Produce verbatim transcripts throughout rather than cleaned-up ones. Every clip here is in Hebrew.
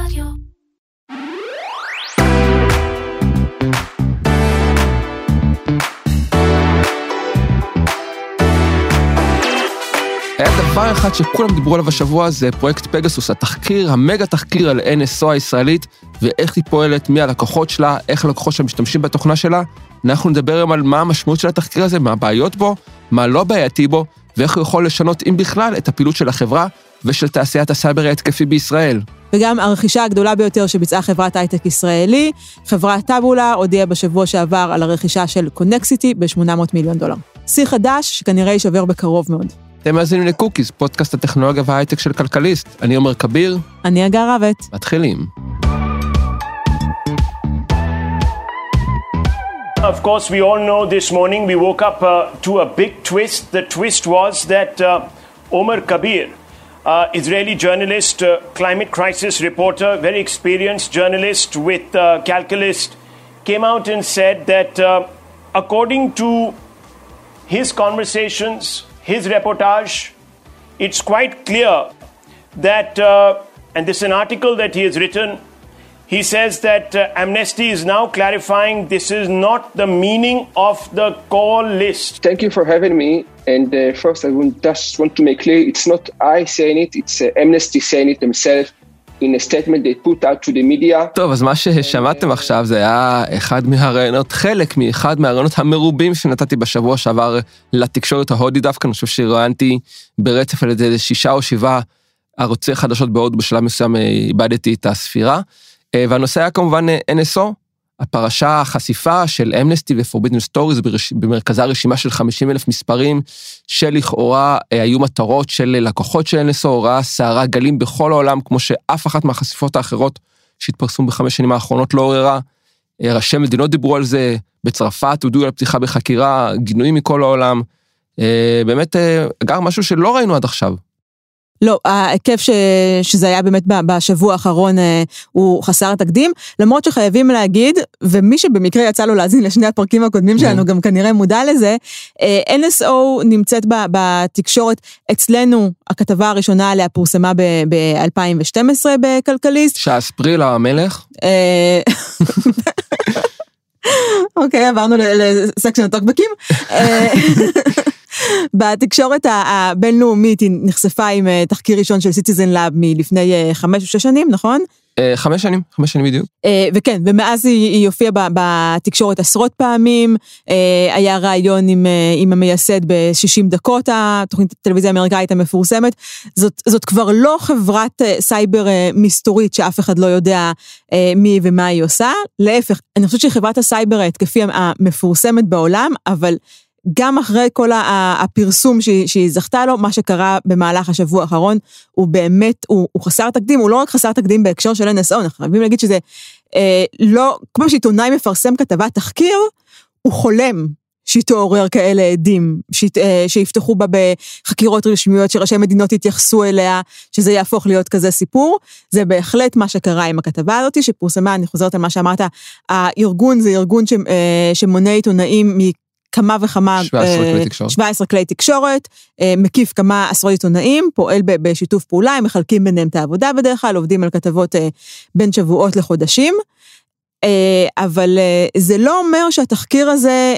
רדיו. היה דבר אחד שכולם דיברו עליו השבוע, זה פרויקט פגסוס, התחקיר, המגה תחקיר על אן אס או הישראלית, ואיך היא פועלת, מי הלקוחות שלה, איך הלקוחות שלה משתמשים בתוכנה שלה. אנחנו נדבר היום על מה המשמעות של התחקיר הזה, מה הבעיות בו, מה לא בעייתי בו, ואיך הוא יכול לשנות, אם בכלל, את הפעילות של החברה ושל תעשיית הסייבר ההתקפי בישראל. וגם הרכישה הגדולה ביותר שביצעה חברת הייטק ישראלי, חברת טאבולה הודיעה בשבוע שעבר על הרכישה של קונקסיטי ב-שמונה מאות מיליון דולר. שיא חדש שכנראה יישבר בקרוב מאוד. אתם מאזינים לקוקיס, פודקאסט הטכנולוגיה וההייטק של כלכליסט. אני עומר כביר. אני הגר רבת. מתחילים. Of course, we all know this morning we woke up uh, to a big twist. The twist was that uh, Omar Kabir, uh, Israeli journalist, uh, climate crisis reporter, very experienced journalist with uh, Calculist, came out and said that uh, according to his conversations, his reportage, it's quite clear that, uh, and this is an article that he has written, he says that uh, Amnesty is now clarifying this is not the meaning of the call list. Thank you for having me. And uh, first, I would just want to make clear, it's not I saying it, it's uh, Amnesty saying it themselves in a statement they put out to the media. טוב, אז מה ששמעתם עכשיו זה היה אחד מהרעיונות, חלק מאחד מהרעיונות המרובים שנתתי בשבוע שעבר לתקשורת ההודית דווקא. אני חושב שראיינתי ברצף על ידי שישה או שבעה ערוצי חדשות בהודו, בשלב מסוים איבדתי את הספירה. והנושא היה כמובן אן אס או, הפרשה החשיפה של אמנסטי ופורבידן סטוריז במרכזה רשימה של חמישים אלף מספרים, שלכאורה היו מטרות של לקוחות של אן אס או, ראה שערה גלים בכל העולם, כמו שאף אחת מהחשיפות האחרות שהתפרסמו בחמש שנים האחרונות לא עוררה. ראשי מדינות דיברו על זה, בצרפת הודיעו על פתיחה בחקירה, גינויים מכל העולם, באמת גם משהו שלא ראינו עד עכשיו. לא, ההיקף ש... שזה היה באמת בשבוע האחרון הוא חסר תקדים, למרות שחייבים להגיד, ומי שבמקרה יצא לו להזין לשני הפרקים הקודמים שלנו, גם כנראה מודע לזה, אן אס או נמצאת בתקשורת, אצלנו הכתבה הראשונה עליה פורסמה ב-אלפיים ושתים עשרה בכלכליסט. שהספריל המלך? אוקיי, עברנו לסקשן הטוקבקים. בתקשורת הבינלאומית היא נחשפה עם תחקיר ראשון של סיטיזן לאב מלפני חמש או שש שנים, נכון? חמש שנים, חמש שנים בדיוק. וכן, ומאז היא הופיעה בתקשורת עשרות פעמים, היה רעיון עם, עם המייסד ב-שישים דקות, התוכנית הטלוויזיה האמריקאית המפורסמת, זאת, זאת כבר לא חברת סייבר מסתורית שאף אחד לא יודע מי ומה היא עושה, להפך, אני חושבת שחברת הסייבר ההתקפי המפורסמת בעולם, אבל גם אחרי כל הפרסום שהיא זכתה לו, מה שקרה במהלך השבוע האחרון, הוא באמת, הוא, הוא חסר תקדים, הוא לא רק חסר תקדים בהקשר של אן אס או, אנחנו חייבים להגיד שזה אה, לא, כמו שעיתונאי מפרסם כתבה תחקיר, הוא חולם שתעורר כאלה עדים, שית, אה, שיפתחו בה בחקירות רשמיות, שראשי מדינות יתייחסו אליה, שזה יהפוך להיות כזה סיפור, זה בהחלט מה שקרה עם הכתבה הזאת, שפורסמה, אני חוזרת על מה שאמרת, הארגון זה ארגון ש, אה, שמונה עיתונאים מ כמה וכמה, שבע עשרה כלי תקשורת, מקיף כמה עשרות עיתונאים, פועל בשיתוף פעולה, הם מחלקים ביניהם את העבודה בדרך כלל, עובדים על כתבות בין שבועות לחודשים, אבל זה לא אומר שהתחקיר הזה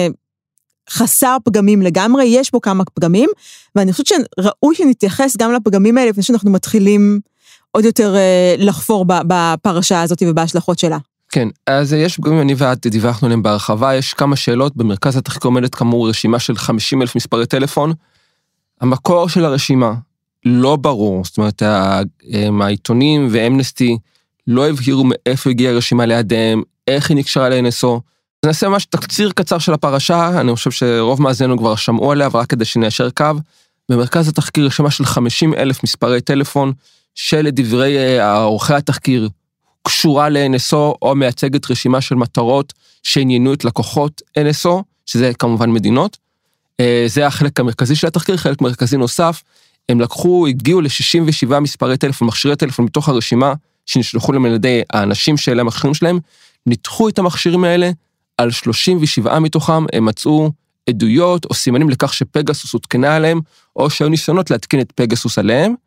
חסר פגמים לגמרי, יש בו כמה פגמים, ואני חושבת שראוי שנתייחס גם לפגמים האלה, לפני שאנחנו מתחילים עוד יותר לחפור בפרשה הזאת ובהשלכות שלה. כן, אז יש גם אני ואת דיווחנו עליהם בהרחבה, יש כמה שאלות, במרכז התחקיר עומדת כאמור רשימה של חמישים אלף מספרי טלפון, המקור של הרשימה לא ברור, זאת אומרת, העיתונים ואמנסטי לא הבהירו מאיפה הגיעה הרשימה לידיהם, איך היא נקשרה ל-אן אס או, אז נעשה ממש תקציר קצר של הפרשה, אני חושב שרוב מאזינו כבר שמעו עליה, אבל רק כדי שניישר קו, במרכז התחקיר רשימה של חמישים אלף מספרי טלפון, שלדברי עורכי התחקיר, קשורה ל-אן אס או, או מייצגת רשימה של מטרות שעניינו את לקוחות אן אס או, שזה כמובן מדינות. זה החלק המרכזי של התחקיר, חלק מרכזי נוסף, הם לקחו, הגיעו ל-שישים ושבעה מספרי טלפון, מכשירי טלפון מתוך הרשימה, שנשלחו להם על ידי האנשים שאלה המכשירים שלהם, ניתחו את המכשירים האלה, על שלושים ושבעה מתוכם הם מצאו עדויות או סימנים לכך שפגסוס הותקנה עליהם, או שהיו ניסיונות להתקין את פגסוס עליהם,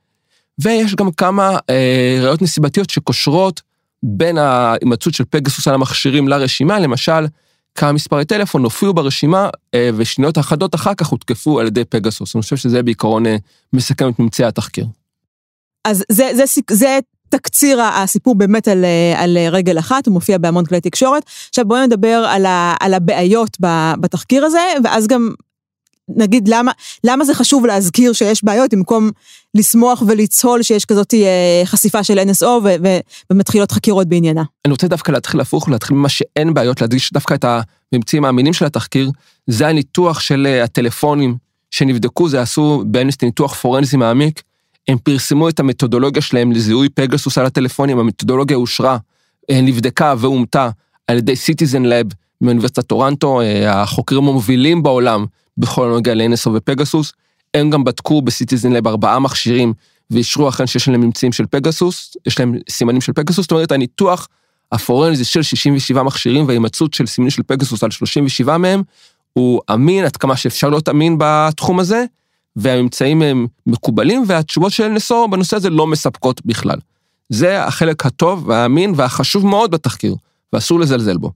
ויש גם כמה אה, ראיות נסיבתיות שקושרות בין ההימצאות של פגסוס על המכשירים לרשימה, למשל, כמה מספרי טלפון הופיעו ברשימה, אה, ושניות אחדות אחר כך הותקפו על ידי פגסוס. אני חושב שזה בעיקרון אה, מסכם את ממצאי התחקיר. אז זה, זה, זה, זה תקציר הסיפור באמת על, על רגל אחת, הוא מופיע בהמון כלי תקשורת. עכשיו בואו נדבר על, ה, על הבעיות בתחקיר הזה, ואז גם נגיד למה, למה זה חשוב להזכיר שיש בעיות, במקום לשמוח ולצהול שיש כזאת חשיפה של אן אס או ו, ו, ומתחילות חקירות בעניינה. אני רוצה דווקא להתחיל להפוך, להתחיל ממה שאין בעיות, להדגיש דווקא את הממצאים האמינים של התחקיר, זה הניתוח של הטלפונים שנבדקו, זה עשו באנסטי ניתוח פורנזי מעמיק, הם פרסמו את המתודולוגיה שלהם לזיהוי פגסוס על הטלפונים, המתודולוגיה אושרה, נבדקה ואומתה על ידי סיטיזן לב מאוניברסיטת טורנטו, החוקרים המובילים בעולם בכל הנוגע ל-אן אס או ופגסוס, הם גם בדקו בסיטיזן לב ארבעה מכשירים, ואישרו אכן שיש להם ממצאים של פגסוס, יש להם סימנים של פגסוס, זאת אומרת, הניתוח הפורנזי של שישים ושבעה מכשירים, וההימצאות של סימנים של פגסוס על שלושים ושבעה מהם, הוא אמין, עד כמה שאפשר להיות אמין בתחום הזה, והממצאים הם מקובלים, והתשובות של אן אס או בנושא הזה לא מספקות בכלל. זה החלק הטוב והאמין והחשוב מאוד בתחקיר, ואסור לזלזל בו.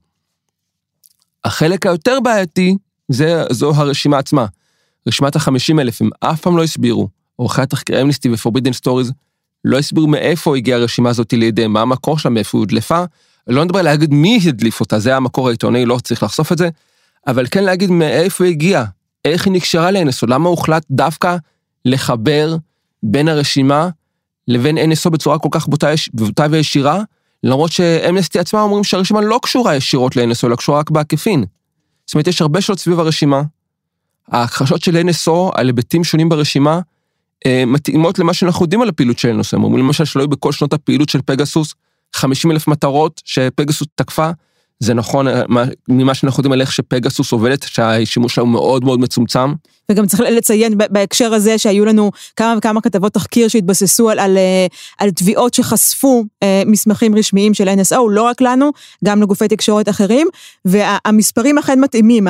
החלק היותר בעייתי, זה, זו הרשימה עצמה. רשימת ה-חמישים אלף, הם אף פעם לא הסבירו, עורכי התחקיר אמנסטי ופורבידן סטוריז, לא הסבירו מאיפה הגיעה הרשימה הזאת לידי, מה המקור שלה, מאיפה היא הודלפה, לא נדבר להגיד מי הדליף אותה, זה המקור העיתונאי, לא צריך לחשוף את זה, אבל כן להגיד מאיפה היא הגיעה, איך היא נקשרה ל-אן אס או, למה הוחלט דווקא לחבר בין הרשימה לבין אן אס או בצורה כל כך בוטה, בוטה וישירה, למרות שאמנסטי עצמם אומרים שהרשימה לא קשורה ישירות ל-אן אס או, אלא קשורה רק בעקיפין. זאת אומרת, יש הרבה שאלות סביב הרשימה, ההכחשות של אן אס או על היבטים שונים ברשימה, מתאימות למה שאנחנו יודעים על הפעילות של אן אס או, אומרים למשל שלא היו בכל שנות הפעילות של פגסוס, חמישים אלף מטרות שפגסוס תקפה, זה נכון ממה שאנחנו יודעים על איך שפגסוס עובדת, שהשימוש שלה הוא מאוד מאוד מצומצם. וגם צריך לציין בהקשר הזה שהיו לנו כמה וכמה כתבות תחקיר שהתבססו על, על, על תביעות שחשפו מסמכים רשמיים של אן אס או, לא רק לנו, גם לגופי תקשורת אחרים, והמספרים אכן מתאימים.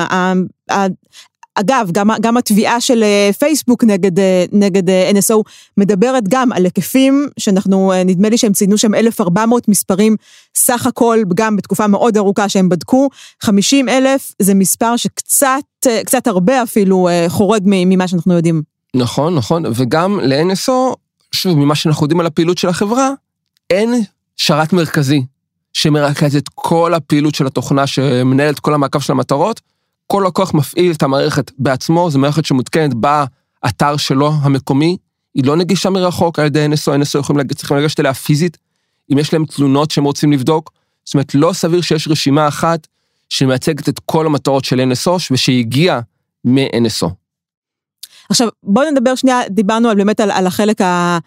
אגב, גם, גם התביעה של פייסבוק נגד, נגד אן אס או מדברת גם על היקפים, שאנחנו, נדמה לי שהם ציינו שם אלף וארבע מאות מספרים, סך הכל, גם בתקופה מאוד ארוכה שהם בדקו, חמישים אלף זה מספר שקצת, קצת הרבה אפילו חורג ממה שאנחנו יודעים. נכון, נכון, וגם ל-אן אס או, שוב, ממה שאנחנו יודעים על הפעילות של החברה, אין שרת מרכזי, שמרכז את כל הפעילות של התוכנה, שמנהל את כל המעקב של המטרות, כל לקוח מפעיל את המערכת בעצמו, זו מערכת שמותקנת באתר שלו המקומי, היא לא נגישה מרחוק על ידי אן אס או, אן אס או יכולים לגשת, צריכים לגשת אליה פיזית, אם יש להם תלונות שהם רוצים לבדוק, זאת אומרת, לא סביר שיש רשימה אחת שמייצגת את כל המטרות של אן אס או, ושהגיעה מ-אן אס או. עכשיו, בואו נדבר שנייה, דיברנו על, באמת על, על החלק ה...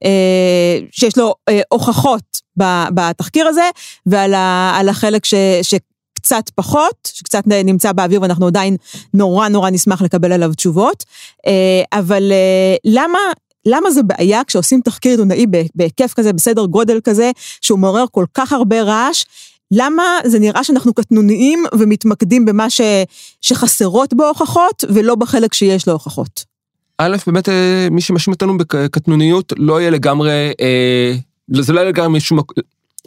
שיש לו הוכחות בתחקיר הזה, ועל ה, על החלק ש... ש קצת פחות, שקצת נמצא באוויר, ואנחנו עדיין נורא נורא נשמח לקבל עליו תשובות, אבל למה, למה זה בעיה כשעושים תחקיר עיתונאי בהיקף כזה, בסדר גודל כזה, שהוא מעורר כל כך הרבה רעש, למה זה נראה שאנחנו קטנוניים ומתמקדים במה ש, שחסרות בו הוכחות, ולא בחלק שיש לו הוכחות? א', באמת מי שמשמיע אותנו בקטנוניות, לא יהיה לגמרי, זה לא יהיה לגמרי משום מקום,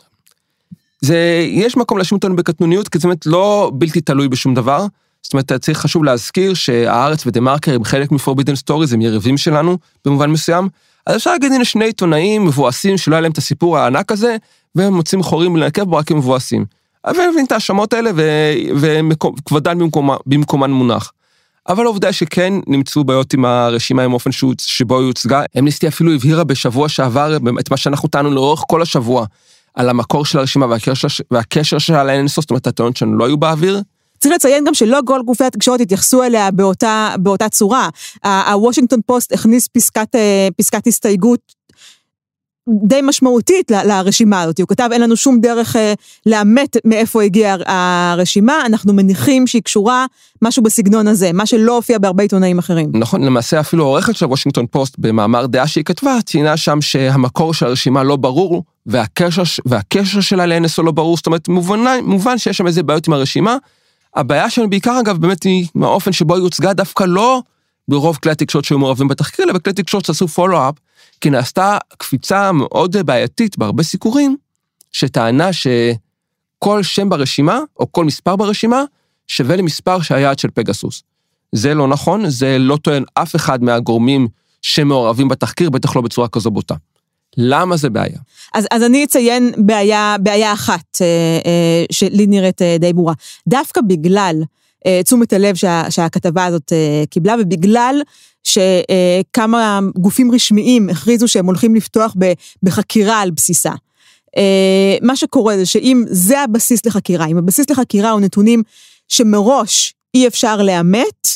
זה, יש מקום להשמיע אותנו בקטנוניות, כי זאת אומרת לא בלתי תלוי בשום דבר, זאת אומרת צריך חשוב להזכיר שהארץ ודה-מרקר הם חלק מפורבידן סטוריז, הם יריבים שלנו במובן מסוים, אז אפשר להגיד הנה שני עיתונאים מבואסים שלא היה להם את הסיפור הענק הזה, והם מוצאים חורים לנקב בו רק הם מבואסים. אבל הם מבינים את האשמות האלה, וכבודן במקומן מונח. אבל העובדה שכן נמצאו בעיות עם הרשימה עם אופן שבו היא הוצגה, אמנסטי אפילו הבהירה בשבוע שעבר, את מה שאנחנו טענו לאורך כל השבוע, על המקור של הרשימה והקשר, והקשר שלה ל-אן אס או, זאת אומרת, הטענות שלנו לא היו באוויר. צריך לציין גם שלא כל גופי התקשורת התייחסו אליה באותה, באותה צורה. הוושינגטון פוסט הכניס פסקת, פסקת הסתייגות די משמעותית לרשימה הזאת. הוא כתב, אין לנו שום דרך לאמת מאיפה הגיעה הרשימה, אנחנו מניחים שהיא קשורה משהו בסגנון הזה, מה שלא הופיע בהרבה עיתונאים אחרים. נכון, למעשה אפילו העורכת של וושינגטון פוסט, במאמר דעה שהיא כתבה, ציינה שם שהמקור של הרשימה לא ברור, והקשר, והקשר שלה ל-אן אס או לא ברור, זאת אומרת, מובן, מובן שיש שם איזה בעיות עם הרשימה, הבעיה שלנו בעיקר אגב באמת היא מהאופן שבו היא הוצגה דווקא לא ברוב כלי התקשורת שהיו מעורבים בתחקיר, אלא בכלי תקשורת שעשו פולו-אפ, כי נעשתה קפיצה מאוד בעייתית בהרבה סיקורים, שטענה שכל שם ברשימה, או כל מספר ברשימה, שווה למספר שהיעד של פגסוס. זה לא נכון, זה לא טוען אף אחד מהגורמים שמעורבים בתחקיר, בטח לא בצורה כזו בוטה. למה זה בעיה? אז, אז אני אציין בעיה, בעיה אחת, אה, אה, שלי נראית אה, די ברורה. דווקא בגלל אה, תשומת הלב שה, שהכתבה הזאת אה, קיבלה, ובגלל שכמה גופים רשמיים הכריזו שהם הולכים לפתוח בחקירה על בסיסה. מה שקורה זה שאם זה הבסיס לחקירה, אם הבסיס לחקירה הוא נתונים שמראש אי אפשר לאמת,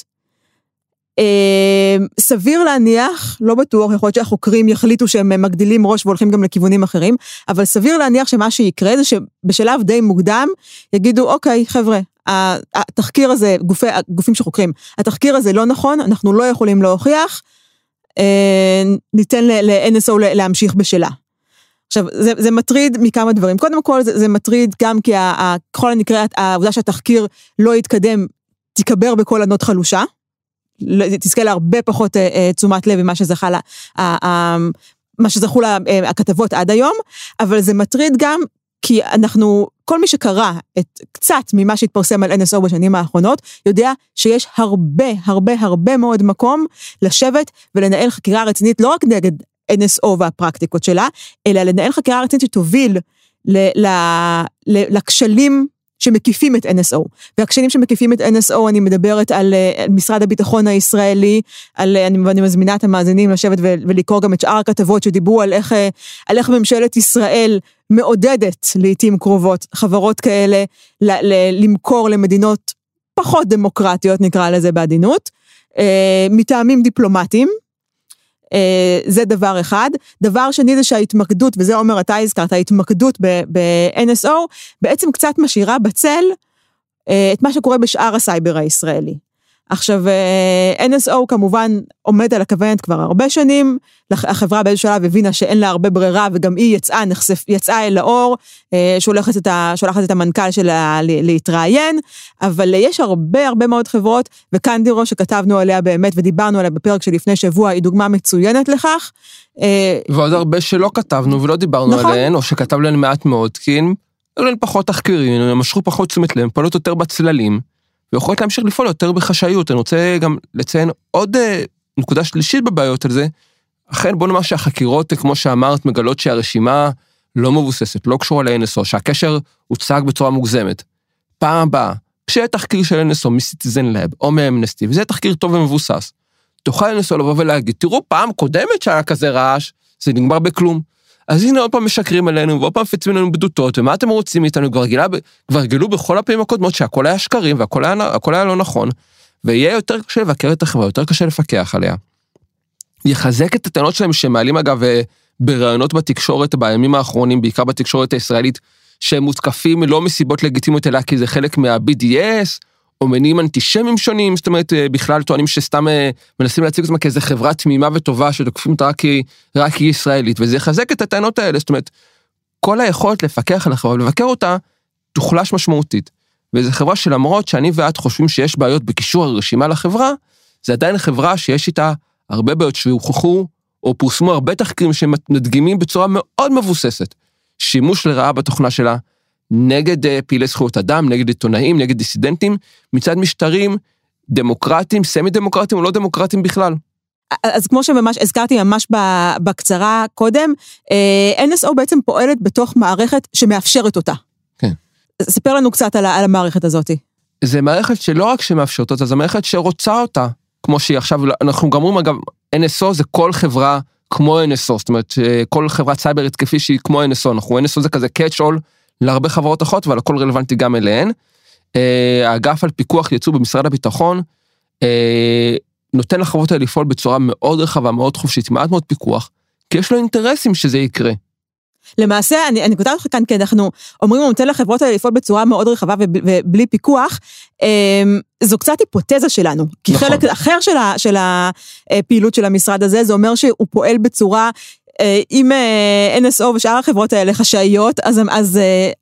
סביר להניח, לא בטוח, יכול להיות שהחוקרים יחליטו שהם מגדילים ראש והולכים גם לכיוונים אחרים, אבל סביר להניח שמה שיקרה זה שבשלב די מוקדם יגידו, אוקיי, חבר'ה, התחקיר הזה, גופי, גופים שחוקרים, התחקיר הזה לא נכון, אנחנו לא יכולים להוכיח, ניתן ל-אן אס או להמשיך בשלה. עכשיו, זה, זה מטריד מכמה דברים. קודם כל, זה, זה מטריד גם כי ככל הנקרא, העובדה שהתחקיר לא יתקדם, תיקבר בכל ענות חלושה, תזכה להרבה פחות תשומת לב ממה שזכה לה, מה שזכו לה הכתבות עד היום, אבל זה מטריד גם כי אנחנו, כל מי שקרא את קצת ממה שהתפרסם על אן אס או בשנים האחרונות, יודע שיש הרבה, הרבה, הרבה מאוד מקום לשבת ולנהל חקירה רצינית, לא רק נגד אן אס או והפרקטיקות שלה, אלא לנהל חקירה רצינית שתוביל ל- ל- ל- לכשלים שמקיפים את אן אס או. והכשלים שמקיפים את אן אס או, אני מדברת על, על משרד הביטחון הישראלי, על, אני, אני מזמינה את המאזינים לשבת ולקרוא גם את שאר הכתבות שדיברו על איך, על איך ממשלת ישראל מעודדת לעתים קרובות חברות כאלה ל- ל- למכור למדינות פחות דמוקרטיות, נקרא לזה בעדינות, מטעמים דיפלומטיים. זה דבר אחד. דבר שני זה שההתמקדות, וזה אומר אתה הזכרת, ההתמקדות ב-אן אס או, בעצם קצת משאירה בצל את מה שקורה בשאר הסייבר הישראלי. עכשיו, אן אס או כמובן עומד על הכוונת כבר הרבה שנים, החברה באיזשהו שלב הבינה שאין לה הרבה ברירה, וגם היא יצאה, נחשף, יצאה אל האור, שולחת את, ה, שולחת את המנכ"ל שלה להתראיין, אבל יש הרבה הרבה מאוד חברות, וקנדירו שכתבנו עליה באמת, ודיברנו עליה בפרק שלפני שבוע, היא דוגמה מצוינת לכך. ועוד הרבה שלא כתבנו ולא דיברנו נכון. עליהן, או שכתב להן מעט מאוד, כי הן פחות תחקירים, הם משכו פחות תשומת לב, פועלות יותר בצללים, ויכולת להמשיך לפעול יותר בחשאיות. אני רוצה גם לציין עוד נקודה שלישית בבעיות על זה. אכן, בוא נאמר שהחקירות, כמו שאמרת, מגלות שהרשימה לא מבוססת, לא קשורה ל-אן אס או, שהקשר הוצג בצורה מוגזמת. פעם הבאה, כשיהיה תחקיר של אן אס או מסיטיזן לב, או מאמנסטי, וזה תחקיר טוב ומבוסס, תוכל אן אס או לבוא ולהגיד, תראו, פעם קודמת שהיה כזה רעש, זה נגמר בכלום. אז הנה עוד פעם משקרים עלינו, ועוד פעם פצים לנו בדותות, ומה אתם רוצים איתנו? כבר, גילה, כבר גילו בכל הפעמים הקודמות שהכל היה שקרים, והכל היה, הכל היה לא נכון, ויהיה יותר קשה לבקר את החברה, יותר קשה לפקח עליה. יחזק את הטענות שלהם שמעלים אגב ברעיונות בתקשורת בימים האחרונים, בעיקר בתקשורת הישראלית, שהם מותקפים לא מסיבות לגיטימיות, אלא כי זה חלק מה-בי די אס, או מניעים אנטישמים שונים, זאת אומרת, בכלל טוענים שסתם מנסים להציג אותם כאיזו חברה תמימה וטובה, שתוקפים אותה רק, רק היא ישראלית, וזה יחזק את הטענות האלה, זאת אומרת, כל היכולת לפקח על החברה, ולבקר אותה, תוחלש משמעותית. וזו חברה שלמרות שאני ואת חושבים שיש בעיות בקישור הרשימה לחברה, זה עדיין חברה שיש איתה הרבה בעיות שהוכחו, או פורסמו הרבה תחקירים שמדגימים בצורה מאוד מבוססת, שימוש לרעה בתוכנה שלה, נגד פעילי זכויות אדם, נגד עיתונאים, נגד דיסידנטים, מצד משטרים דמוקרטיים, סמי דמוקרטיים או לא דמוקרטיים בכלל. אז כמו שממש הזכרתי ממש בקצרה קודם, אן אס או בעצם פועלת בתוך מערכת שמאפשרת אותה. כן. ספר לנו קצת על, על המערכת הזאת. זה מערכת שלא רק שמאפשרת אותה, זה מערכת שרוצה אותה, כמו שהיא עכשיו, אנחנו גם אומרים אגב, אן אס או זה כל חברה כמו אן אס או, זאת אומרת, כל חברת סייבר התקפי שהיא כמו אן אס או, אנחנו אן אס או זה כזה catch-all, להרבה חברות אחרות, אבל הכל רלוונטי גם אליהן. האגף על פיקוח יצוא במשרד הביטחון, נותן לחברות האלה לפעול בצורה מאוד רחבה, מאוד חופשית, מעט מאוד פיקוח, כי יש לו אינטרסים שזה יקרה. למעשה, אני, אני כותב לך כאן, כי אנחנו אומרים, הוא נותן לחברות האלה לפעול בצורה מאוד רחבה ובלי פיקוח, זו קצת היפותזה שלנו, כי נכון. חלק אחר של, ה, של הפעילות של המשרד הזה, זה אומר שהוא פועל בצורה, אם אן אס או ושאר החברות האלה חשאיות, אז, אז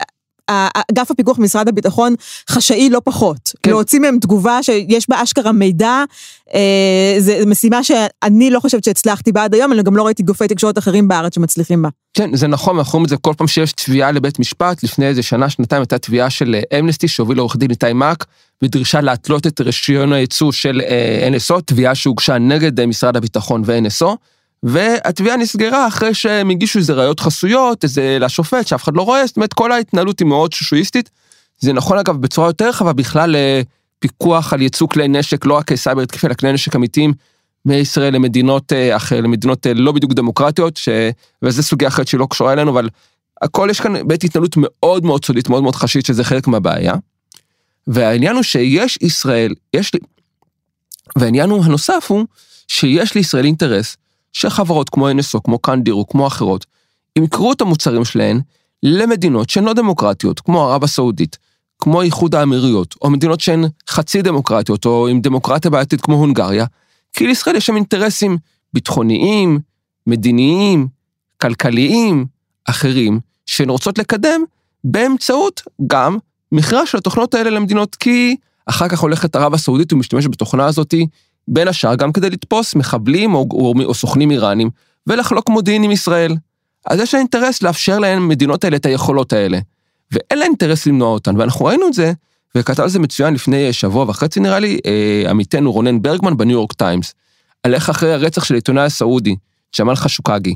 אגף הפיקוח במשרד הביטחון חשאי לא פחות. כן. להוציא מהם תגובה שיש בה אשכרה מידע, אה, זה משימה שאני לא חושבת שהצלחתי בה עד היום, אני גם לא ראיתי גופי תקשורת אחרים בארץ שמצליחים בה. כן, זה נכון, אנחנו רואים את זה כל פעם שיש תביעה לבית משפט, לפני איזה שנה, שנתיים, הייתה תביעה של אמנסטי, שהוביל עורך דין איתי מאק, בדרישה להתלות את רישיון הייצוא של אן אס או, תביעה שהוגשה נגד משרד הביטחון ו-אן אס או, והתביעה נסגרה אחרי שהם הגישו איזה ראיות חסויות, איזה לשופט, שאף אחד לא רואה, זאת אומרת, כל ההתנהלות היא מאוד שושואיסטית, זה נכון אגב בצורה יותר רחבה, בכלל פיקוח על ייצוא כלי נשק, לא רק סייבר התקפי, אלא כלי נשק אמיתיים, מישראל למדינות אחר, למדינות לא בדיוק דמוקרטיות, ש... וזה סוגיה אחרת שלא קשורה אלינו, אבל הכל יש כאן בית התנהלות מאוד מאוד סודית, מאוד מאוד חשית, שזה חלק מהבעיה, והעניין הוא שיש ישראל, יש לי, והעניין הוא הנוסף הוא, שיש לישראל אינטרס, שחברות כמו אן אס או, כמו קנדירו, כמו אחרות, ימכרו את המוצרים שלהן, למדינות שהן לא דמוקרטיות, כמו ערב הסעודית, כמו איחוד האמירויות, או מדינות שהן חצי דמוקרטיות, או עם דמוקרטיה בעתיד כמו הונגריה, כי לישראל יש שם אינטרסים ביטחוניים, מדיניים, כלכליים, אחרים, שהן רוצות לקדם באמצעות גם מכירה של התוכנות האלה למדינות, כי אחר כך הולכת ערב הסעודית ומשתמשת בתוכנה הזאת, בין השאר גם כדי לתפוס מחבלים או, או, או סוכנים איראנים, ולחלוק מודיעין עם ישראל. אז יש לה אינטרס לאפשר להן מדינות האלה את היכולות האלה, ואין לה אינטרס למנוע אותן, ואנחנו ראינו את זה, וכתב על זה מצוין לפני שבוע וחצי נראה לי, עמיתנו רונן ברגמן בניו יורק טיימס, על איך אחרי הרצח של עיתונאי הסעודי, ג'מאל חשוקגי,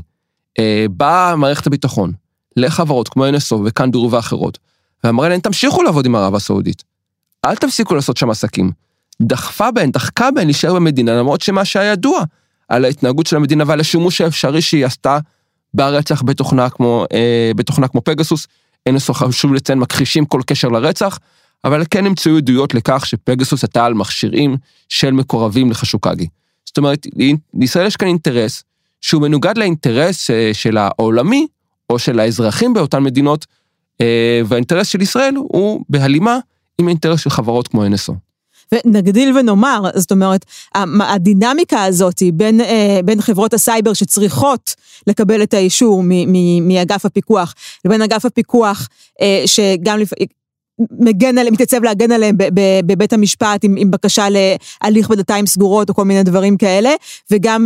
באה מערכת הביטחון, לחברות כמו אן אס או וקנדירו ואחרות, ואמרה להן, תמשיכו לעבוד עם ערב הסעודית, אל תפסיקו לעשות שם עסקים, דחפה בהן, דחקה בהן להישאר במדינה, למרות שמה שהיה ידוע על ההתנהגות של המדינה, ועל השימוש האפשרי שהיא עשתה ברצח בתוכנה כמו, אה, בתוכנה כמו פגסוס, אין אס או חשוב לציין מכחישים כל קשר לרצח, אבל כן נמצאו עדויות לכך שפגסוס הייתה על מכשירים של מקורבים לחשוקגי. זאת אומרת, לישראל יש כאן אינטרס, שהוא מנוגד לאינטרס של העולמי, או של האזרחים באותן מדינות, והאינטרס של ישראל הוא בהלימה עם האינטרס של חברות כמו אן אס או. ונגדיל ונאמר, זאת אומרת, הדינמיקה הזאת בין, בין חברות הסייבר שצריכות לקבל את האישור מאגף הפיקוח, לבין אגף הפיקוח שגם לפעמים, מגן עליהם, מתייצב להגן עליהם בבית המשפט עם, עם בקשה להליך בדלתיים סגורות או כל מיני דברים כאלה, וגם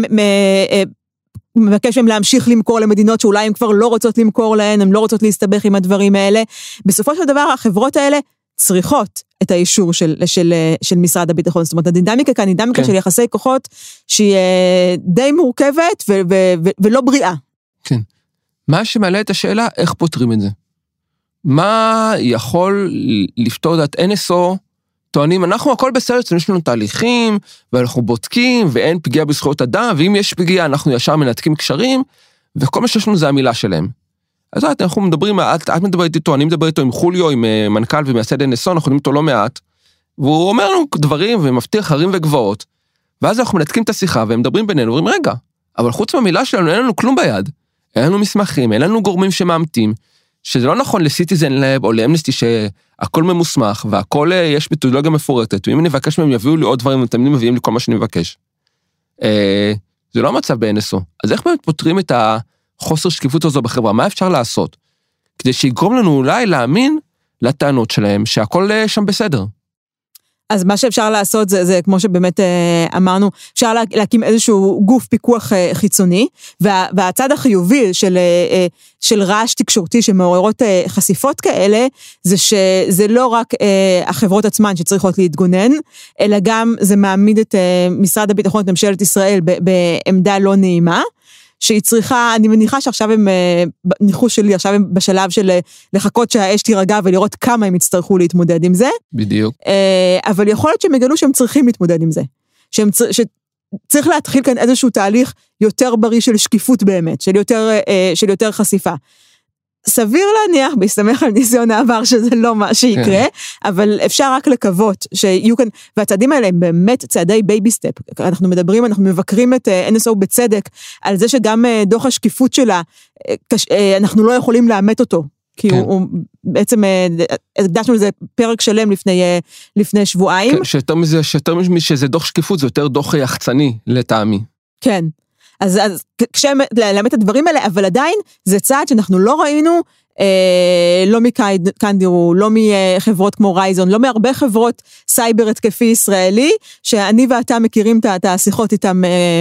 מבקש מהם להמשיך למכור למדינות שאולי הם כבר לא רוצות למכור להן, הם לא רוצות להסתבך עם הדברים האלה. בסופו של דבר החברות האלה צריכות את האישור של, של, של משרד הביטחון. זאת אומרת, הדינמיקה כאן, דינמיקה כן. של יחסי כוחות שהיא די מורכבת ו, ו, ו, ולא בריאה. כן. מה שמעלה את השאלה, איך פותרים את זה? מה יכול לפתור את אן אס או, טוענים, אנחנו הכל בסדר, יש לנו תהליכים, ואנחנו בודקים, ואין פגיעה בזכויות אדם, ואם יש פגיעה, אנחנו ישר מנתקים קשרים, וכל מה שיש לנו זה המילה שלהם. אז אנחנו מדברים, את, את מדברת איתו, אני מדבר איתו עם חוליו, עם מנכ"ל ומייסד אן אס או, אנחנו יודעים אותו לא מעט, והוא אומר לנו דברים, ומבטיח הרים וגבעות, ואז אנחנו מנתקים את השיחה, והם מדברים בינינו, ואומרים, רגע, אבל חוץ מהמילה שלנו, אין לנו כלום ביד, אין לנו מסמכים, אין לנו גורמים שמאמתים, שזה לא נכון לסיטיזן לב או לאמנסטי שהכל ממוסמך והכל יש מתודולוגיה מפורטת, ואם אני מבקש מהם יביאו לי עוד דברים, הם תמיד מביאים לי כל מה שאני מבקש. זה לא המצב ב-אן אס או. אז איך באמת פותרים את החוסר שקיפות הזו בחברה? מה אפשר לעשות? כדי שיגרום לנו אולי להאמין לטענות שלהם שהכל שם בסדר. אז מה שאפשר לעשות זה, זה כמו שבאמת אמרנו, אפשר להקים איזשהו גוף פיקוח חיצוני, וה, והצד החיובי של, של רעש תקשורתי שמעוררות חשיפות כאלה, זה שזה לא רק החברות עצמן שצריכות להתגונן, אלא גם זה מעמיד את משרד הביטחון, את ממשלת ישראל, בעמדה לא נעימה, שהיא צריכה, אני מניחה שעכשיו הם, ניחוש שלי, עכשיו הם בשלב של לחכות שהאש תירגע ולראות כמה הם יצטרכו להתמודד עם זה. בדיוק. אבל יכול להיות שהם יגלו שהם צריכים להתמודד עם זה. שהם, שצריך להתחיל כאן איזשהו תהליך יותר בריא של שקיפות באמת, של יותר, של יותר חשיפה. סביר להניח, בהסתמך על ניסיון העבר שזה לא מה שיקרה, אבל אפשר רק לקוות שיהיו כאן, והצעדים האלה הם באמת צעדי בייבי סטפ. אנחנו מדברים, אנחנו מבקרים את אן אס או בצדק, על זה שגם דוח השקיפות שלה, אנחנו לא יכולים לאמת אותו, כי הוא בעצם, הקדשנו לזה פרק שלם לפני, לפני שבועיים. שיותר מזה, שיותר מזה שזה דוח שקיפות, זה יותר דוח יחצני לטעמי. כן. אז, אז קשה לאמת את הדברים האלה, אבל עדיין זה צעד שאנחנו לא ראינו לא מקנדירו, לא מחברות כמו רייזון, לא מהרבה חברות סייבר התקפי ישראלי, שאני ואתה מכירים את השיחות איתם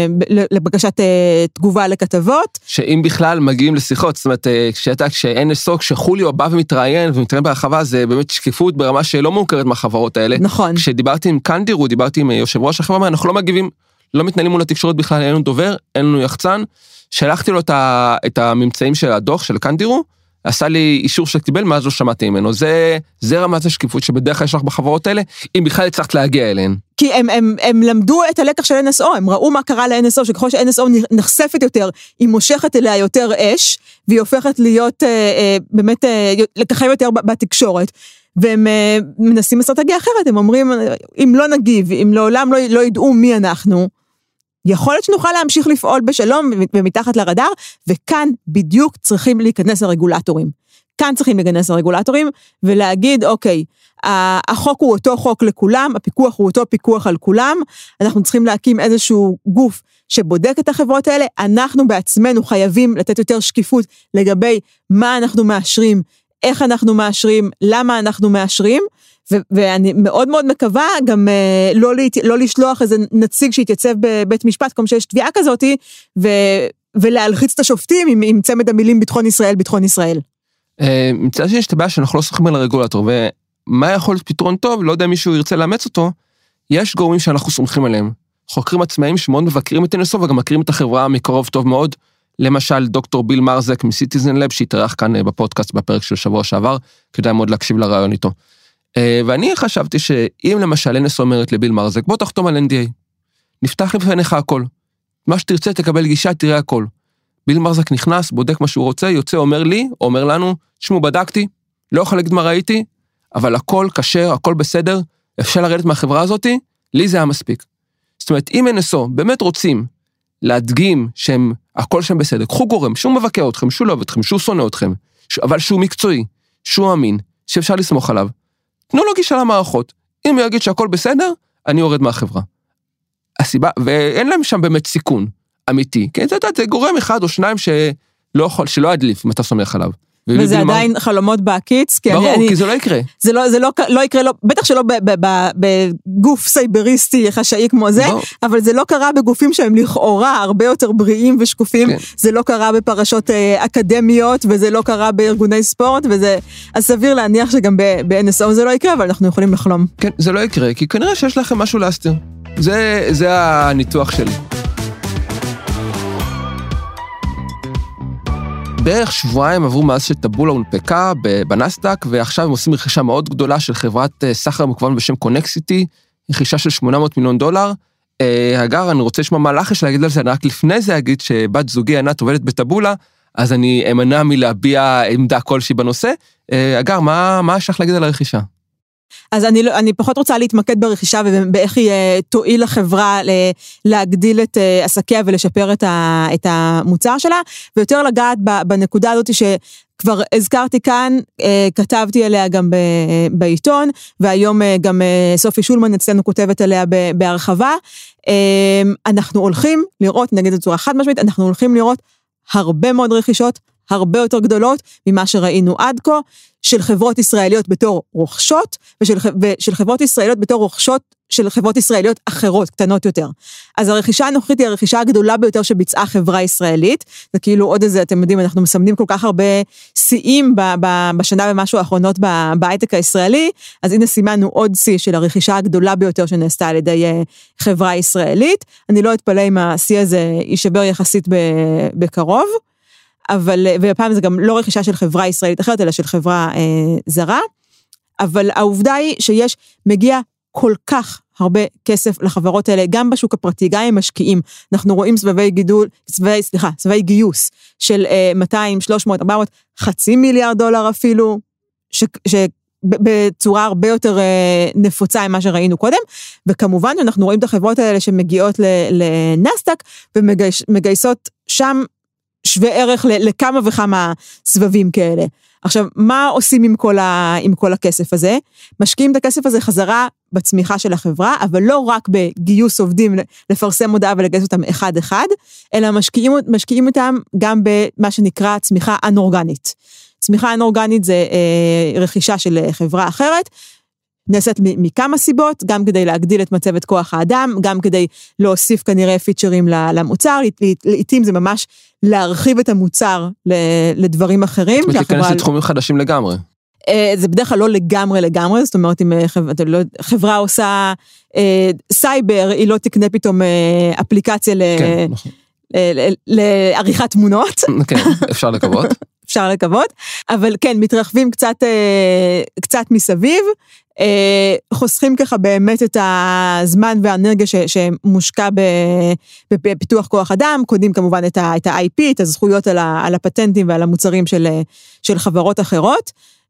לבקשת תגובה לכתבות. שאם בכלל מגיעים לשיחות, זאת אומרת, כשאתה, כשאין אס-או, כשחוליו בא ומתראיין, ומתראיין בהרחבה, זה באמת שקיפות ברמה שלא מוכרת מהחברות האלה. נכון. כשדיברתי עם קנדירו, דיברתי עם יושב ראש החברה, אנחנו לא מגיבים, לא מתנהלים מול התקשורת בכלל, אין לנו דובר, אין לנו יחצן, שלחתי לו את הממצאים של הדוח של קנדירו, עשה לי אישור שקיבל, מאז לא שמעתי ממנו. זה, זה רמת השקיפות שבדרך כלל יש לך בחברות האלה, אם בכלל הצלחת להגיע אליהן. כי הם, הם, הם למדו את הלקח של אן אס או, הם ראו מה קרה ל-אן אס או, שככל ש-אן אס או נחשפת יותר, היא מושכת אליה יותר אש, והיא הופכת להיות, אה, אה, באמת, אה, לקחים יותר בתקשורת. והם אה, מנסים אסטרטגיה אחרת, הם אומרים, אם לא נגיב, אם לעולם לא, לא ידעו מי אנחנו, יכול להיות שנוכל להמשיך לפעול בשלום ומתחת לרדאר, וכאן בדיוק צריכים להיכנס הרגולטורים. כאן צריכים להיכנס הרגולטורים, ולהגיד, אוקיי, החוק הוא אותו חוק לכולם, הפיקוח הוא אותו פיקוח על כולם, אנחנו צריכים להקים איזשהו גוף שבודק את החברות האלה, אנחנו בעצמנו חייבים לתת יותר שקיפות לגבי מה אנחנו מאשרים, איך אנחנו מאשרים, למה אנחנו מאשרים, ו- ואני מאוד מאוד מקווה גם uh, לא, להת... לא לשלוח איזה נציג שיתייצב בבית משפט, כמו שיש תביעה כזאת, ו... ולהלחיץ את השופטים עם, עם צמד המילים ביטחון ישראל, ביטחון ישראל. מצד שיש את הבעיה שאנחנו לא סוחרים על הרגולטור, ומה יכול להיות פתרון טוב, לא יודע אם מישהו ירצה לאמץ אותו, יש גורמים שאנחנו סומכים עליהם, חוקרים עצמאים שמאוד מבקרים את אן אס או, וגם מכירים את החברה מקרוב טוב מאוד, למשל דוקטור ביל מרזק מסיטיזן לב, שהתארח כאן בפודקאסט בפרק של שבוע שעבר, כדאי מאוד להקשיב לרעיון איתו. ואני חשבתי שאם למשל אן אס או אומרת לביל מרזק, בוא תחתום על אן די איי, נפתח לפניך הכל, מה שתרצה תקבל גישה, תראה הכל. ביל מרזק נכנס, בודק מה שהוא רוצה, יוצא, אומר לי, אומר לנו, שמו בדקתי, לא יכול להגיד מה ראיתי, אבל הכל כשר, הכל בסדר, אפשר לרדת מהחברה הזאת, לי זה היה מספיק. זאת אומרת, אם אן אס או באמת רוצים להדגים שהם, הכל שם בסדר, קחו גורם, שהוא מבקר אתכם, שהוא לא אוהב אתכם, שהוא שונא אתכם, אבל שהוא מקצועי, שהוא אמין, שאפשר לסמוך עליו, תנו לו גישה למערכות, אם הוא יגיד שהכל בסדר, אני יורד מהחברה. הסיבה, ואין להם שם באמת סיכון אמיתי, כי זה, זה גורם אחד או שניים שלא יכול, שלא ידליף, אם אתה סומך עליו. וזה עדיין מה... חלומות בעקיץ, כי ברור, אני, כי זה לא יקרה. זה לא, זה לא, לא יקרה, לא, בטח שלא בגוף סייבריסטי חשאי כמו זה, ברור. אבל זה לא קרה בגופים שהם לכאורה הרבה יותר בריאים ושקופים, כן. זה לא קרה בפרשות אה, אקדמיות, וזה לא קרה בארגוני ספורט, וזה, אז סביר להניח שגם ב-אן אס או זה לא יקרה, אבל אנחנו יכולים לחלום. כן, זה לא יקרה, כי כנראה שיש לכם משהו להסתיר. זה, זה הניתוח שלי. בערך שבועיים עברו מאז שטבולה הונפקה בנסדק, ועכשיו הם עושים רכישה מאוד גדולה של חברת סחר מקוון בשם קונקסיטי, רכישה של שמונה מאות מיליון דולר. הגר, אני רוצה לשמוע מה לך יש להגיד על זה, אני רק לפני זה אגיד שבת זוגי עינת עובדת בטבולה, אז אני אמנע מלהביע עמדה כלשהי בנושא. הגר, מה, מה יש לך להגיד על הרכישה? אז אני, אני פחות רוצה להתמקד ברכישה ובאיך היא תועיל לחברה להגדיל את עסקיה ולשפר את, ה, את המוצר שלה, ויותר לגעת בנקודה הזאת שכבר הזכרתי כאן, כתבתי עליה גם בעיתון, והיום גם סופי שולמן אצלנו כותבת עליה בהרחבה. אנחנו הולכים לראות, נגיד את צורה חד משמעית, אנחנו הולכים לראות הרבה מאוד רכישות, הרבה יותר גדולות ממה שראינו עד כה, של חברות ישראליות בתור רוכשות, ושל, ושל חברות ישראליות בתור רוכשות של חברות ישראליות אחרות, קטנות יותר. אז הרכישה הנוכחית היא הרכישה הגדולה ביותר שביצעה חברה ישראלית, זה כאילו עוד איזה, אתם יודעים, אנחנו מסמנים כל כך הרבה שיאים בשנה ומשהו האחרונות בהייטק הישראלי, אז הנה סימנו עוד שיא של הרכישה הגדולה ביותר שנעשתה על ידי חברה ישראלית, אני לא אתפלא אם השיא הזה יישבר יחסית בקרוב, אבל, והפעם זה גם לא רכישה של חברה ישראלית אחרת, אלא של חברה אה, זרה, אבל העובדה היא שיש, מגיע כל כך הרבה כסף לחברות האלה, גם בשוק הפרטי, גם עם משקיעים, אנחנו רואים סבבי גידול, סבבי, סליחה, סבבי גיוס, של אה, מאתיים, שלוש מאות, ארבע מאות, חצי מיליארד דולר אפילו, ש... ש בצורה הרבה יותר נפוצה ממה שראינו קודם, וכמובן אנחנו רואים את החברות האלה שמגיעות לנסדק, ומגייסות שם שווה ערך לכמה וכמה סבבים כאלה. עכשיו, מה עושים עם כל, ה, עם כל הכסף הזה? משקיעים את הכסף הזה חזרה בצמיחה של החברה, אבל לא רק בגיוס עובדים לפרסם מודעה ולגייס אותם אחד אחד, אלא משקיעים, משקיעים אותם גם במה שנקרא צמיחה אנורגנית. צמיחה אנורגנית זה רכישה של חברה אחרת, נעשית מכמה סיבות, גם כדי להגדיל את מצבת כוח האדם, גם כדי להוסיף כנראה פיצ'רים למוצר, לעתים זה ממש להרחיב את המוצר לדברים אחרים. זאת אומרת, להיכנס לתחומים חדשים לגמרי. זה בדרך כלל לא לגמרי לגמרי, זאת אומרת, אם חברה עושה סייבר, היא לא תקנה פתאום אפליקציה לעריכת תמונות. כן, אפשר לקוות. אפשר לקוות, אבל כן, מתרחבים קצת, קצת מסביב, חוסכים ככה באמת את הזמן והאנרגיה שמושקע בפיתוח כוח אדם, קודמים כמובן את ה-איי פי, את הזכויות על הפטנטים ועל המוצרים של, של חברות אחרות,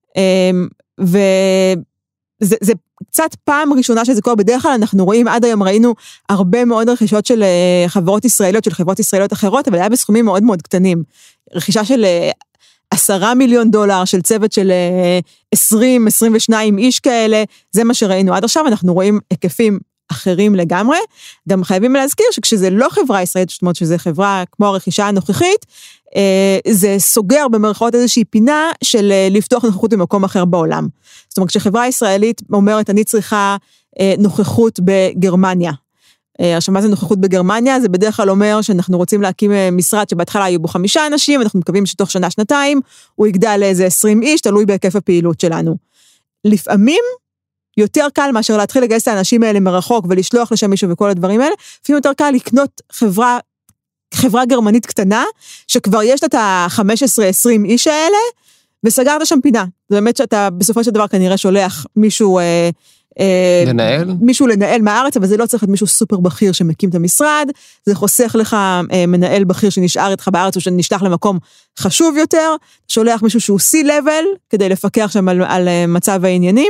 וזה זה קצת פעם ראשונה שזה קורה, בדרך כלל אנחנו רואים, עד היום ראינו הרבה מאוד רכישות של חברות ישראליות, של חברות ישראליות אחרות, אבל היה בסכומים מאוד מאוד קטנים, רכישה של עשרה מיליון דולר, של צוות של עשרים, עשרים ושניים איש כאלה, זה מה שראינו עד עכשיו, אנחנו רואים היקפים אחרים לגמרי, גם חייבים להזכיר שכשזה לא חברה ישראלית, זאת אומרת שזה חברה כמו הרכישה הנוכחית, זה סוגר במרכאות איזושהי פינה של לפתוח נוכחות במקום אחר בעולם. זאת אומרת, כשחברה ישראלית אומרת, אני צריכה נוכחות בגרמניה, עכשיו מה זה נוכחות בגרמניה? זה בדרך כלל אומר שאנחנו רוצים להקים משרד שבהתחלה היו בו חמישה אנשים, אנחנו מקווים שתוך שנה, שנתיים, הוא יגדל לאיזה עשרים איש, תלוי בהיקף הפעילות שלנו. לפעמים, יותר קל מאשר להתחיל לגייס את האנשים האלה מרחוק, ולשלוח לשם מישהו וכל הדברים האלה, לפעמים יותר קל לקנות חברה, חברה גרמנית קטנה, שכבר יש לה את ה-חמש עשרה עשרים איש האלה, וסגרת שם פינה. זה באמת שאתה בסופו של דבר כנראה שולח מישהו, לנהל? מישהו לנהל מהארץ, אבל זה לא צריך להיות מישהו סופר בכיר שמקים את המשרד, זה חוסך לך מנהל בכיר שנשאר איתך בארץ, או שנשלח למקום חשוב יותר, שולח מישהו שהוא C-level, כדי לפקח שם על, על מצב העניינים,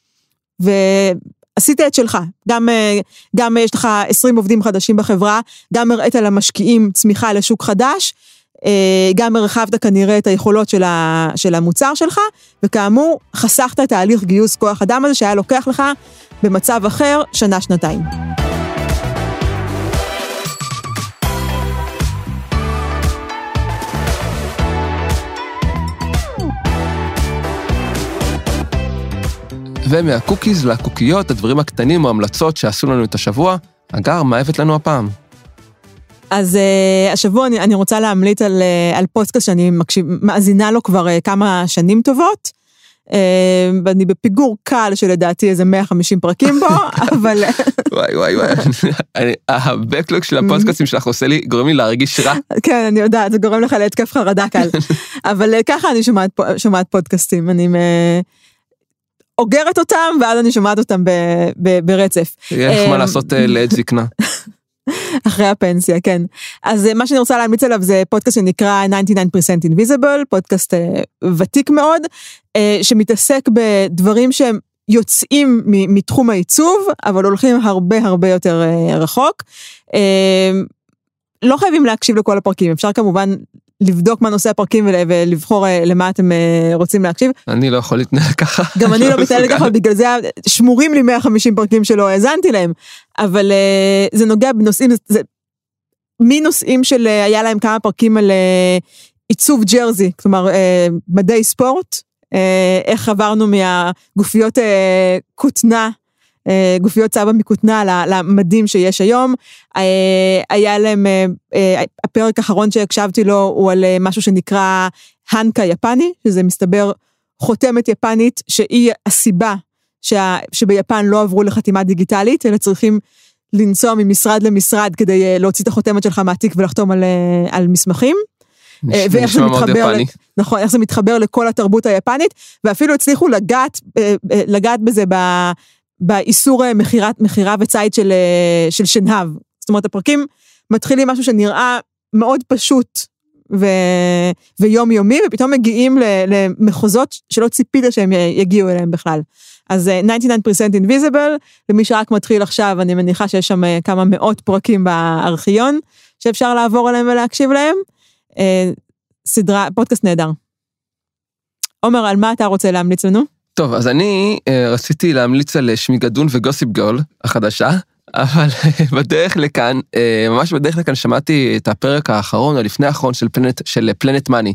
ועשית את שלך, גם, גם יש לך עשרים עובדים חדשים בחברה, גם הראית למשקיעים צמיחה לשוק חדש, גם הרחבת כנראה את היכולות של, ה, של המוצר שלך, וכאמור, חסכת את תהליך גיוס כוח אדם הזה, שהיה לוקח לך במצב אחר שנה, שנתיים. ומהקוקיז לקוקיות, הדברים הקטנים או המלצות שעשו לנו את השבוע, אגר, מה הבאת לנו הפעם? אז uh, השבוע אני, אני רוצה להמליץ על, uh, על פודקאסט שאני מקשיב, מאזינה לו כבר uh, כמה שנים טובות, uh, ואני בפיגור קל שלדעתי איזה מאה וחמישים פרקים בו, אבל... וואי וואי וואי, הבקלוג של הפודקאסטים שלך עושה לי, גורם לי להרגיש רע. כן, אני יודעת, זה גורם לך להתקף חרדה קל, אבל uh, ככה אני שומעת, שומעת פודקאסטים, אני... Uh, אוגרת אותם, ואז אני שומעת אותם ב, ב, ברצף. איך מה לעשות לעת זקנה. אחרי הפנסיה, כן. אז מה שאני רוצה להמליץ עליו זה פודקאסט שנקרא תשעים ותשע אחוז Invisible, פודקאסט ותיק מאוד, שמתעסק בדברים שהם יוצאים מתחום העיצוב, אבל הולכים הרבה הרבה יותר רחוק. לא חייבים להקשיב לכל הפרקים, אפשר כמובן לבדוק מה נושא הפרקים ולבחור למה אתם רוצים להקשיב. אני לא יכול להתנהל ככה. גם אני לא מתנהל ככה, בגלל זה שמורים לי מאה וחמישים פרקים שלא האזנתי להם, אבל זה נוגע בנושאים, זה מנושאים של היה להם כמה פרקים על עיצוב ג'רזי, כלומר מדעי ספורט, איך עברנו מהגופיות כותנה, גופיות סבא מכותנה למדים שיש היום, היה להם, הפרק האחרון שהקשבתי לו הוא על משהו שנקרא הנקה יפני, שזה מסתבר חותמת יפנית, שהיא הסיבה שביפן לא עברו לחתימה דיגיטלית, אלא צריכים לנסוע ממשרד למשרד כדי להוציא את החותמת שלך מהתיק ולחתום על, על מסמכים. ואיך זה מתחבר, נכון, איך זה מתחבר לכל התרבות היפנית, ואפילו הצליחו לגעת, לגעת בזה ב באיסור מחירת, מחירה וצייד של, של שנהב. זאת אומרת, הפרקים מתחילים משהו שנראה מאוד פשוט ו, ויום יומי, ופתאום מגיעים למחוזות שלא ציפית שהם יגיעו אליהם בכלל. אז תשעים ותשע אחוז Invisible, למי שרק מתחיל עכשיו, אני מניחה שיש שם כמה מאות פרקים בארכיון, שאפשר לעבור עליהם ולהקשיב להם. סדרה, פודקאסט נהדר. עומר, על מה אתה רוצה להמליץ לנו? טוב, אז אני uh, רציתי להמליץ על שמי גדון וגוסיפ גרל החדשה, אבל בדרך לכאן, uh, ממש בדרך לכאן שמעתי את הפרק האחרון, או לפני האחרון של פלנט, של פלנט מאני,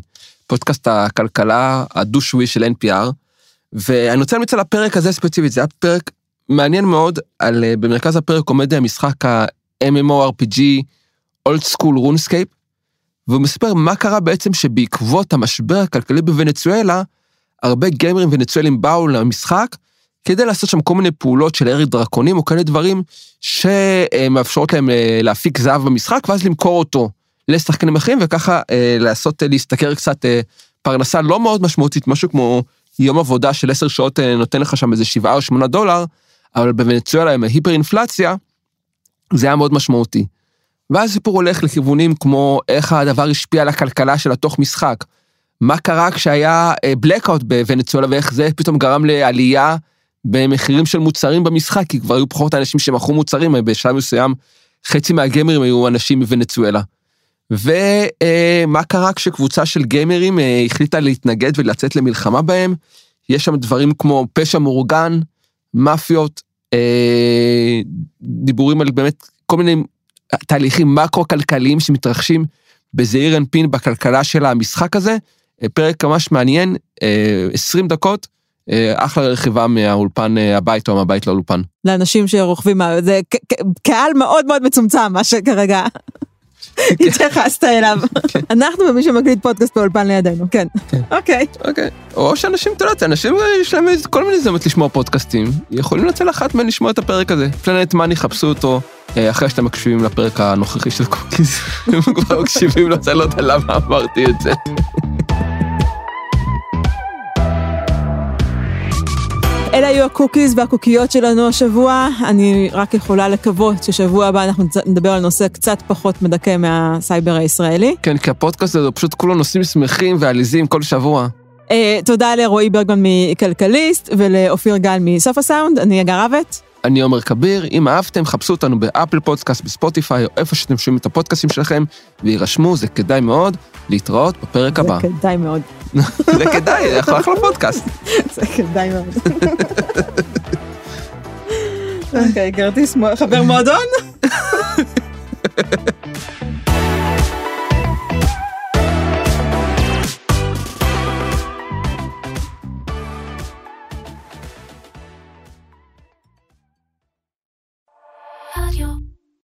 פודקאסט הכלכלה הדו-שבועי של אן פי אר, ואני רוצה להמליץ על הפרק הזה ספציפית, זה היה פרק מעניין מאוד, על, במרכז הפרק עומד המשחק ה-אם אם או אר פי ג'י, Old School RuneScape, והוא מספר מה קרה בעצם שבעקבות המשבר הכלכלי בוונצואלה, הרבה גיימרים ונצואלים באו למשחק, כדי לעשות שם כל מיני פעולות של ירי דרקונים, או כאלה דברים שמאפשרות להם להפיק זהב במשחק, ואז למכור אותו לשחקנים אחרים, וככה לעשות, להסתכר קצת פרנסה לא מאוד משמעותית, משהו כמו יום עבודה של עשר שעות נותן לך שם איזה שבעה או שמונה דולר, אבל בוונצואלה עם ההיפר-אינפלציה, זה היה מאוד משמעותי. ואז הסיפור הולך לכיוונים כמו איך הדבר השפיע על הכלכלה של התוך משחק, מה קרה כשהיה בלקאוט בוונצואלה, ואיך זה פתאום גרם לעלייה במחירים של מוצרים במשחק, כי כבר היו פחות אנשים שמכרו מוצרים, בשלב מסוים חצי מהגיימרים היו אנשים מוונצואלה. ומה קרה כשקבוצה של גיימרים החליטה להתנגד ולצאת למלחמה בהם, יש שם דברים כמו פשע מאורגן, מאפיות, דיבורים על באמת כל מיני תהליכים מקרו-כלכליים שמתרחשים בזעיר אנפין בכלכלה של המשחק הזה, פרק ממש מעניין, עשרים דקות, אחלה רכיבה מהאולפן הביתה או מהבית לאולפן. לאנשים שרוכבים, זה קהל מאוד מאוד מצומצם, מה שכרגע התייחסת אליו. אנחנו במי שמקליט פודקאסט באולפן לידינו, כן. אוקיי. אוקיי. או שאנשים, אתה יודע, אנשים יש להם כל מיני זמות לשמוע פודקאסטים, יכולים לצל אחת מהם לשמוע את הפרק הזה. פלנט מאני, חפשו אותו, אחרי שאתם מקשיבים לפרק הנוכחי של קוקיז. הם כבר מקשיבים לו, אני לא יודע למה אמרתי את זה. אלה היו הקוקיז והקוקיות שלנו השבוע, אני רק יכולה לקוות ששבוע הבא אנחנו נדבר על נושא קצת פחות מדכא מהסייבר הישראלי. כן, כי הפודקאסט הזה פשוט כולו נושאים שמחים ועליזים כל שבוע. תודה לרועי ברגמן מכלכליסט ולאופיר גל מסוף הסאונד, אני אגר רבת. אני עומר כביר, אם אהבתם חפשו אותנו באפל פודקאסט, בספוטיפיי או איפה שאתם שומעים את הפודקאסטים שלכם, וירשמו, זה כדאי מאוד להתראות בפרק הבא. זה כדאי מאוד. זה כדאי, אנחנו אחלה פודקאסט. זה כדאי מאוד. אוקיי, כרטיס חבר מועדון? רדיו